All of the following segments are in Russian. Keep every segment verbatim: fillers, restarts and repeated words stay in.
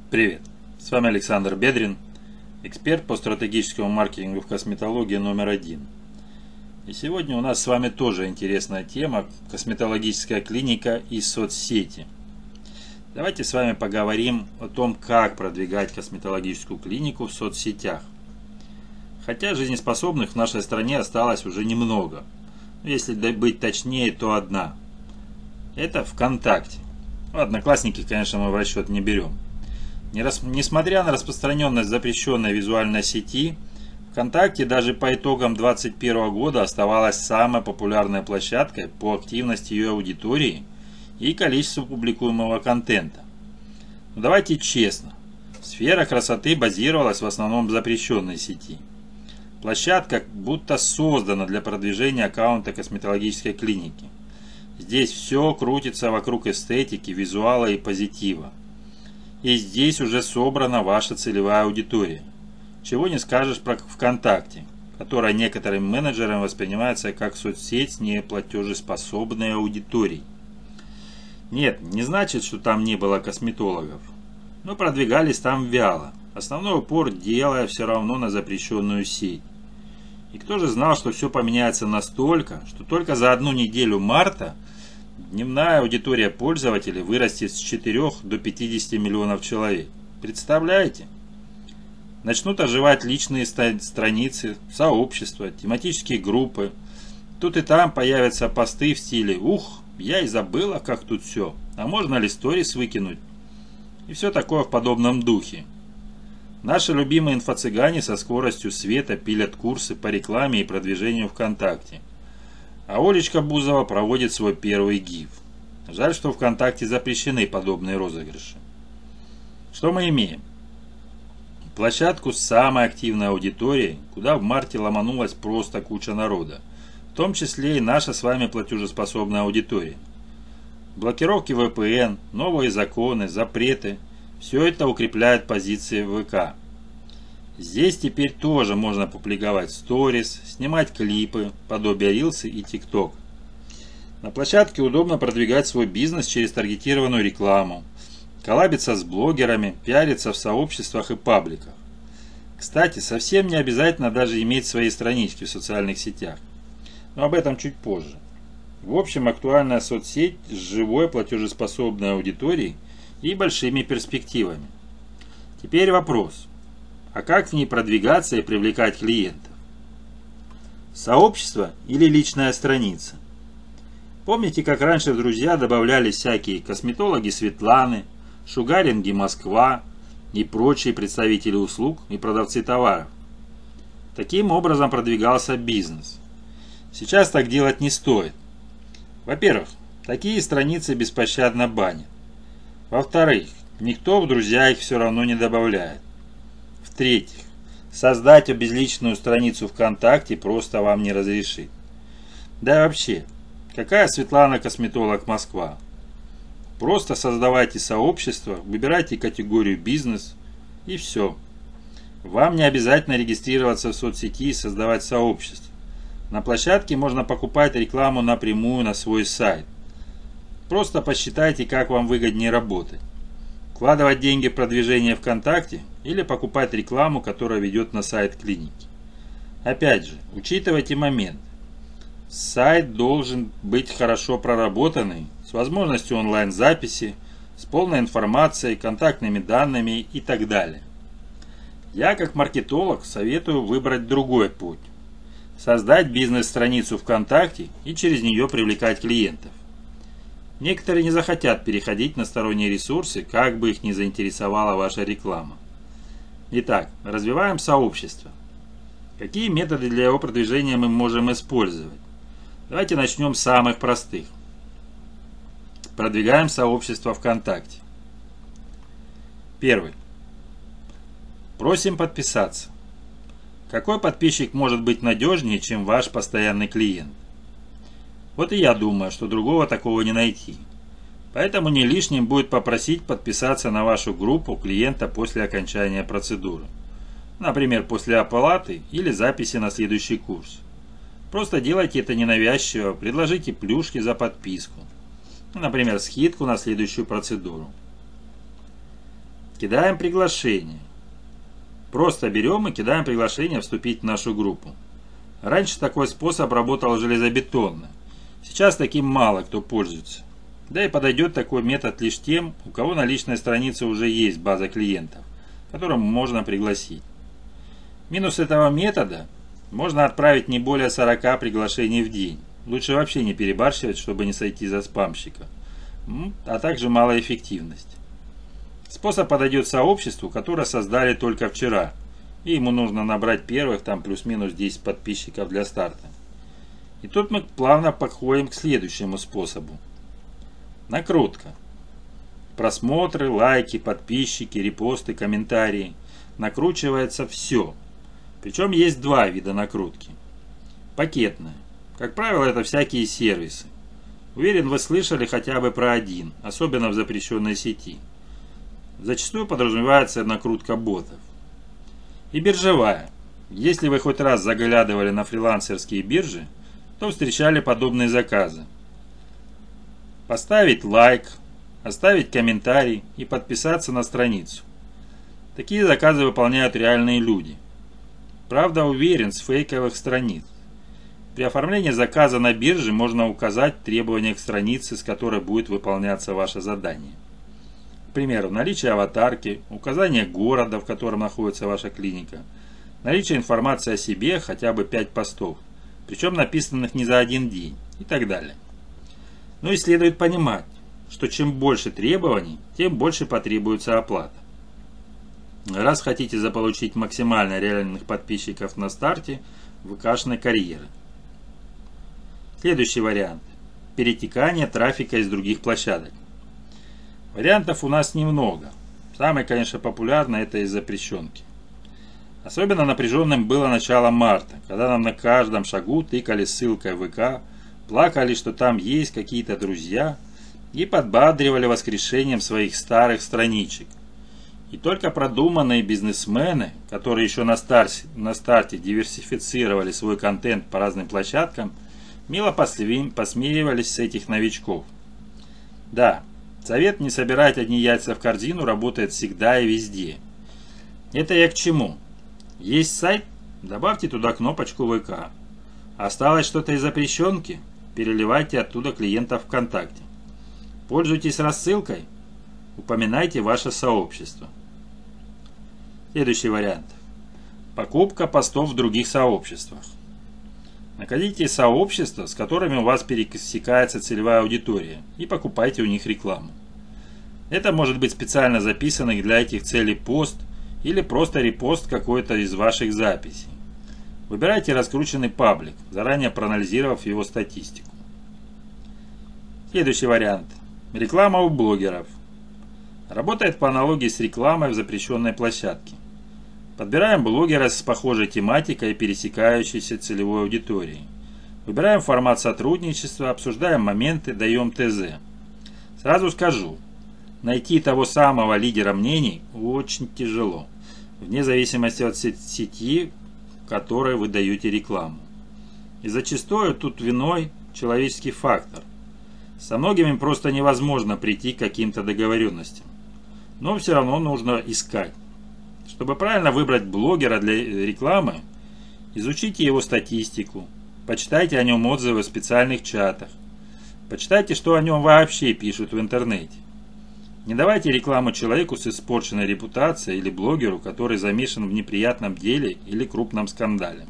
Привет! С вами Александр Бедрин, эксперт по стратегическому маркетингу в косметологии номер один. И сегодня у нас с вами тоже интересная тема – косметологическая клиника и соцсети. Давайте с вами поговорим о том, как продвигать косметологическую клинику в соцсетях. Хотя жизнеспособных в нашей стране осталось уже немного. Если быть точнее, то одна. Это ВКонтакте. Ну, Одноклассники, конечно, мы в расчет не берем. Несмотря на распространенность запрещенной визуальной сети, ВКонтакте даже по итогам две тысячи двадцать первого года оставалась самой популярной площадкой по активности ее аудитории и количеству публикуемого контента. Но давайте честно, сфера красоты базировалась в основном в запрещенной сети. Площадка будто создана для продвижения аккаунта косметологической клиники. Здесь все крутится вокруг эстетики, визуала и позитива. И здесь уже собрана ваша целевая аудитория. Чего не скажешь про ВКонтакте, которая некоторым менеджерам воспринимается как соцсеть с неплатежеспособной аудиторией. Нет, не значит, что там не было косметологов. Но продвигались там вяло, основной упор делая все равно на запрещенную сеть. И кто же знал, что все поменяется настолько, что только за одну неделю марта дневная аудитория пользователей вырастет с четырёх до пятидесяти миллионов человек. Представляете? Начнут оживать личные страницы, сообщества, тематические группы. Тут и там появятся посты в стиле «Ух, я и забыла, как тут все, а можно ли сторис выкинуть?» И все такое в подобном духе. Наши любимые инфо-цыгане со скоростью света пилят курсы по рекламе и продвижению ВКонтакте. А Олечка Бузова проводит свой первый гиф. Жаль, что ВКонтакте запрещены подобные розыгрыши. Что мы имеем? Площадку с самой активной аудиторией, куда в марте ломанулась просто куча народа, в том числе и наша с вами платежеспособная аудитория. Блокировки вэ пэ эн, новые законы, запреты – все это укрепляет позиции в вэ ка. Здесь теперь тоже можно публиковать сторис, снимать клипы, подобие рилсы и тикток. На площадке удобно продвигать свой бизнес через таргетированную рекламу, коллабиться с блогерами, пиариться в сообществах и пабликах. Кстати, совсем не обязательно даже иметь свои странички в социальных сетях. Но об этом чуть позже. В общем, актуальная соцсеть с живой платежеспособной аудиторией и большими перспективами. Теперь вопрос. А как в ней продвигаться и привлекать клиентов? Сообщество или личная страница? Помните, как раньше в друзья добавляли всякие косметологи Светланы, шугаринги Москва и прочие представители услуг и продавцы товаров? Таким образом продвигался бизнес. Сейчас так делать не стоит. Во-первых, такие страницы беспощадно банят. Во-вторых, никто в друзья их все равно не добавляет. В-третьих, создать обезличенную страницу ВКонтакте просто вам не разрешит. Да и вообще, какая Светлана косметолог Москва? Просто создавайте сообщество, выбирайте категорию бизнес и все. Вам не обязательно регистрироваться в соцсети и создавать сообщество. На площадке можно покупать рекламу напрямую на свой сайт. Просто посчитайте, как вам выгоднее работать. Вкладывать деньги в продвижение ВКонтакте или покупать рекламу, которая ведет на сайт клиники. Опять же, учитывайте момент. Сайт должен быть хорошо проработанный, с возможностью онлайн-записи, с полной информацией, контактными данными и так далее. Я как маркетолог советую выбрать другой путь. Создать бизнес-страницу ВКонтакте и через нее привлекать клиентов. Некоторые не захотят переходить на сторонние ресурсы, как бы их ни заинтересовала ваша реклама. Итак, развиваем сообщество. Какие методы для его продвижения мы можем использовать? Давайте начнем с самых простых. Продвигаем сообщество ВКонтакте. Первый. Просим подписаться. Какой подписчик может быть надежнее, чем ваш постоянный клиент? Вот и я думаю, что другого такого не найти. Поэтому не лишним будет попросить подписаться на вашу группу клиента после окончания процедуры. Например, после оплаты или записи на следующий курс. Просто делайте это ненавязчиво, предложите плюшки за подписку. Например, скидку на следующую процедуру. Кидаем приглашение. Просто берем и кидаем приглашение вступить в нашу группу. Раньше такой способ работал железобетонно. Сейчас таким мало кто пользуется. Да и подойдет такой метод лишь тем, у кого на личной странице уже есть база клиентов, которым можно пригласить. Минус этого метода – можно отправить не более сорока приглашений в день. Лучше вообще не перебарщивать, чтобы не сойти за спамщика. А также малоэффективность. Способ подойдет сообществу, которое создали только вчера. И ему нужно набрать первых там плюс-минус десять подписчиков для старта. И тут мы плавно подходим к следующему способу. Накрутка. Просмотры, лайки, подписчики, репосты, комментарии. Накручивается все. Причем есть два вида накрутки. Пакетная. Как правило, это всякие сервисы. Уверен, вы слышали хотя бы про один, особенно в запрещенной сети. Зачастую подразумевается накрутка ботов. И биржевая. Если вы хоть раз заглядывали на фрилансерские биржи, то встречали подобные заказы. Поставить лайк, оставить комментарий и подписаться на страницу. Такие заказы выполняют реальные люди. Правда, уверен, с фейковых страниц. При оформлении заказа на бирже можно указать требования к странице, с которой будет выполняться ваше задание. К примеру, наличие аватарки, указание города, в котором находится ваша клиника, наличие информации о себе, хотя бы пять постов, причем написанных не за один день и так далее. Но и следует понимать, что чем больше требований, тем больше потребуется оплата. Раз хотите заполучить максимально реальных подписчиков на старте ВКшной карьеры. Следующий вариант. Перетекание трафика из других площадок. Вариантов у нас немного. Самый, конечно, популярный — это из запрещенки. Особенно напряженным было начало марта, когда нам на каждом шагу тыкали ссылкой в ВК, плакали, что там есть какие-то друзья, и подбадривали воскрешением своих старых страничек. И только продуманные бизнесмены, которые еще на старте, на старте диверсифицировали свой контент по разным площадкам, мило посмеивались с этих новичков. Да, совет не собирать одни яйца в корзину работает всегда и везде. Это я к чему? Есть сайт? Добавьте туда кнопочку ВК. Осталось что-то из запрещенки? Переливайте оттуда клиентов ВКонтакте. Пользуйтесь рассылкой? Упоминайте ваше сообщество. Следующий вариант. Покупка постов в других сообществах. Находите сообщества, с которыми у вас пересекается целевая аудитория, и покупайте у них рекламу. Это может быть специально записанный для этих целей пост или просто репост какой-то из ваших записей. Выбирайте раскрученный паблик, заранее проанализировав его статистику. Следующий вариант. Реклама у блогеров. Работает по аналогии с рекламой в запрещенной площадке. Подбираем блогера с похожей тематикой и пересекающейся целевой аудиторией. Выбираем формат сотрудничества, обсуждаем моменты, даем ТЗ. Сразу скажу, найти того самого лидера мнений очень тяжело, вне зависимости от сети, в которой вы даете рекламу. И зачастую тут виной человеческий фактор. Со многими просто невозможно прийти к каким-то договоренностям. Но все равно нужно искать. Чтобы правильно выбрать блогера для рекламы, изучите его статистику, почитайте о нем отзывы в специальных чатах, почитайте, что о нем вообще пишут в интернете. Не давайте рекламу человеку с испорченной репутацией или блогеру, который замешан в неприятном деле или крупном скандале.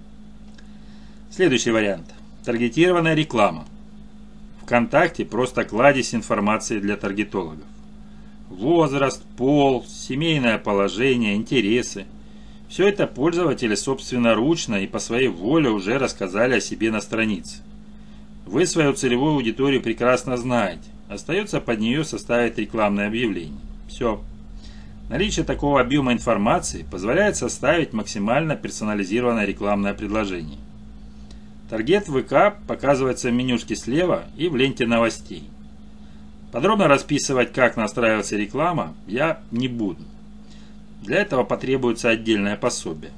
Следующий вариант. Таргетированная реклама. ВКонтакте просто кладезь информации для таргетологов. Возраст, пол, семейное положение, интересы. Все это пользователи собственноручно и по своей воле уже рассказали о себе на странице. Вы свою целевую аудиторию прекрасно знаете. Остается под нее составить рекламное объявление. Все. Наличие такого объема информации позволяет составить максимально персонализированное рекламное предложение. Таргет ВК показывается в менюшке слева и в ленте новостей. Подробно расписывать, как настраивается реклама, я не буду. Для этого потребуется отдельное пособие.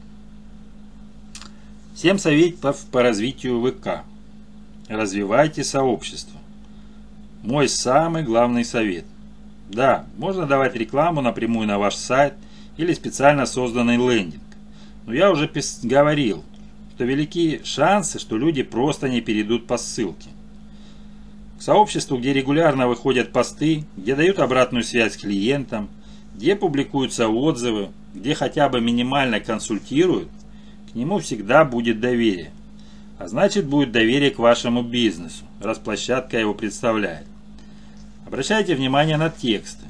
семь советов по развитию ВК. Развивайте сообщество. Мой самый главный совет. Да, можно давать рекламу напрямую на ваш сайт или специально созданный лендинг. Но я уже говорил, что велики шансы, что люди просто не перейдут по ссылке. К сообществу, где регулярно выходят посты, где дают обратную связь клиентам, где публикуются отзывы, где хотя бы минимально консультируют, к нему всегда будет доверие. А значит, будет доверие к вашему бизнесу, раз площадка его представляет. Обращайте внимание на тексты.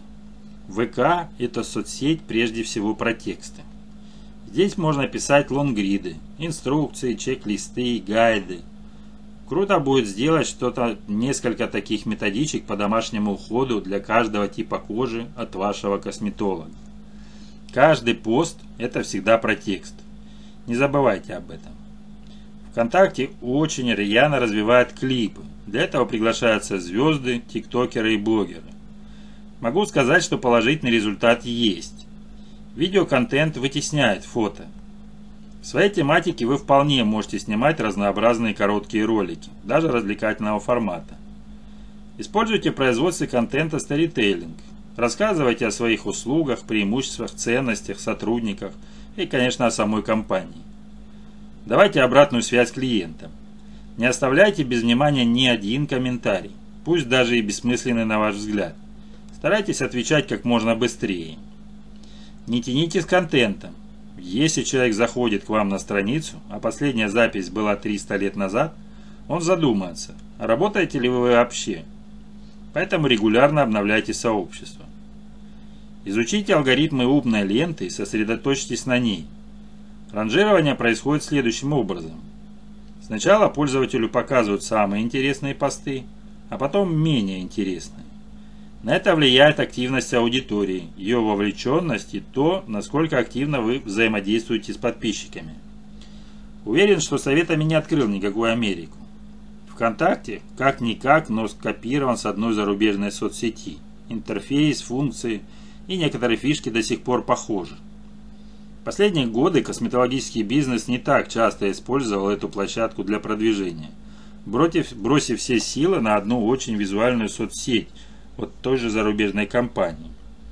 ВК – это соцсеть прежде всего про тексты. Здесь можно писать лонгриды, инструкции, чек-листы, гайды. Круто будет сделать что-то, несколько таких методичек по домашнему уходу для каждого типа кожи от вашего косметолога. Каждый пост – это всегда про текст. Не забывайте об этом. ВКонтакте очень рьяно развивает клипы. Для этого приглашаются звезды, тиктокеры и блогеры. Могу сказать, что положительный результат есть. Видеоконтент вытесняет фото. В своей тематике вы вполне можете снимать разнообразные короткие ролики, даже развлекательного формата. Используйте в производстве контента сторителлинг. Рассказывайте о своих услугах, преимуществах, ценностях, сотрудниках и, конечно, о самой компании. Давайте обратную связь клиентам. Не оставляйте без внимания ни один комментарий, пусть даже и бессмысленный на ваш взгляд. Старайтесь отвечать как можно быстрее. Не тяните с контентом. Если человек заходит к вам на страницу, а последняя запись была триста лет назад, он задумается, а работаете ли вы вообще. Поэтому регулярно обновляйте сообщество. Изучите алгоритмы умной ленты и сосредоточьтесь на ней. Ранжирование происходит следующим образом. Сначала пользователю показывают самые интересные посты, а потом менее интересные. На это влияет активность аудитории, ее вовлеченность и то, насколько активно вы взаимодействуете с подписчиками. Уверен, что советами не открыл никакую Америку. ВКонтакте как-никак, но скопирован с одной зарубежной соцсети. Интерфейс, функции и некоторые фишки до сих пор похожи. В последние годы косметологический бизнес не так часто использовал эту площадку для продвижения, бросив, бросив все силы на одну очень визуальную соцсеть от той же зарубежной компании.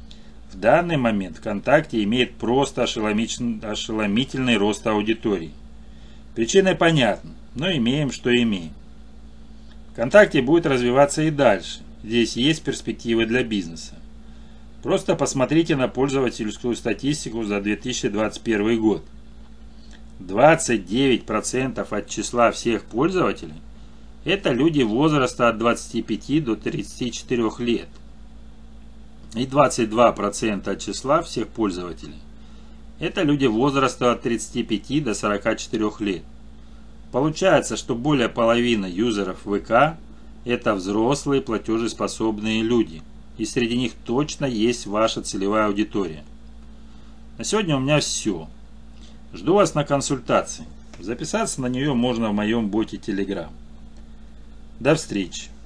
В данный момент ВКонтакте имеет просто ошеломительный рост аудитории. Причины понятны, но имеем, что имеем. ВКонтакте будет развиваться и дальше. Здесь есть перспективы для бизнеса. Просто посмотрите на пользовательскую статистику за две тысячи двадцать первый год. двадцать девять процентов от числа всех пользователей – это люди возраста от двадцати пяти до тридцати четырёх лет. И двадцать два процента от числа всех пользователей – это люди возраста от тридцати пяти до сорока четырёх лет. Получается, что более половины юзеров ВК – это взрослые платежеспособные люди. И среди них точно есть ваша целевая аудитория. На сегодня у меня все. Жду вас на консультации. Записаться на нее можно в моем боте Telegram. До встречи.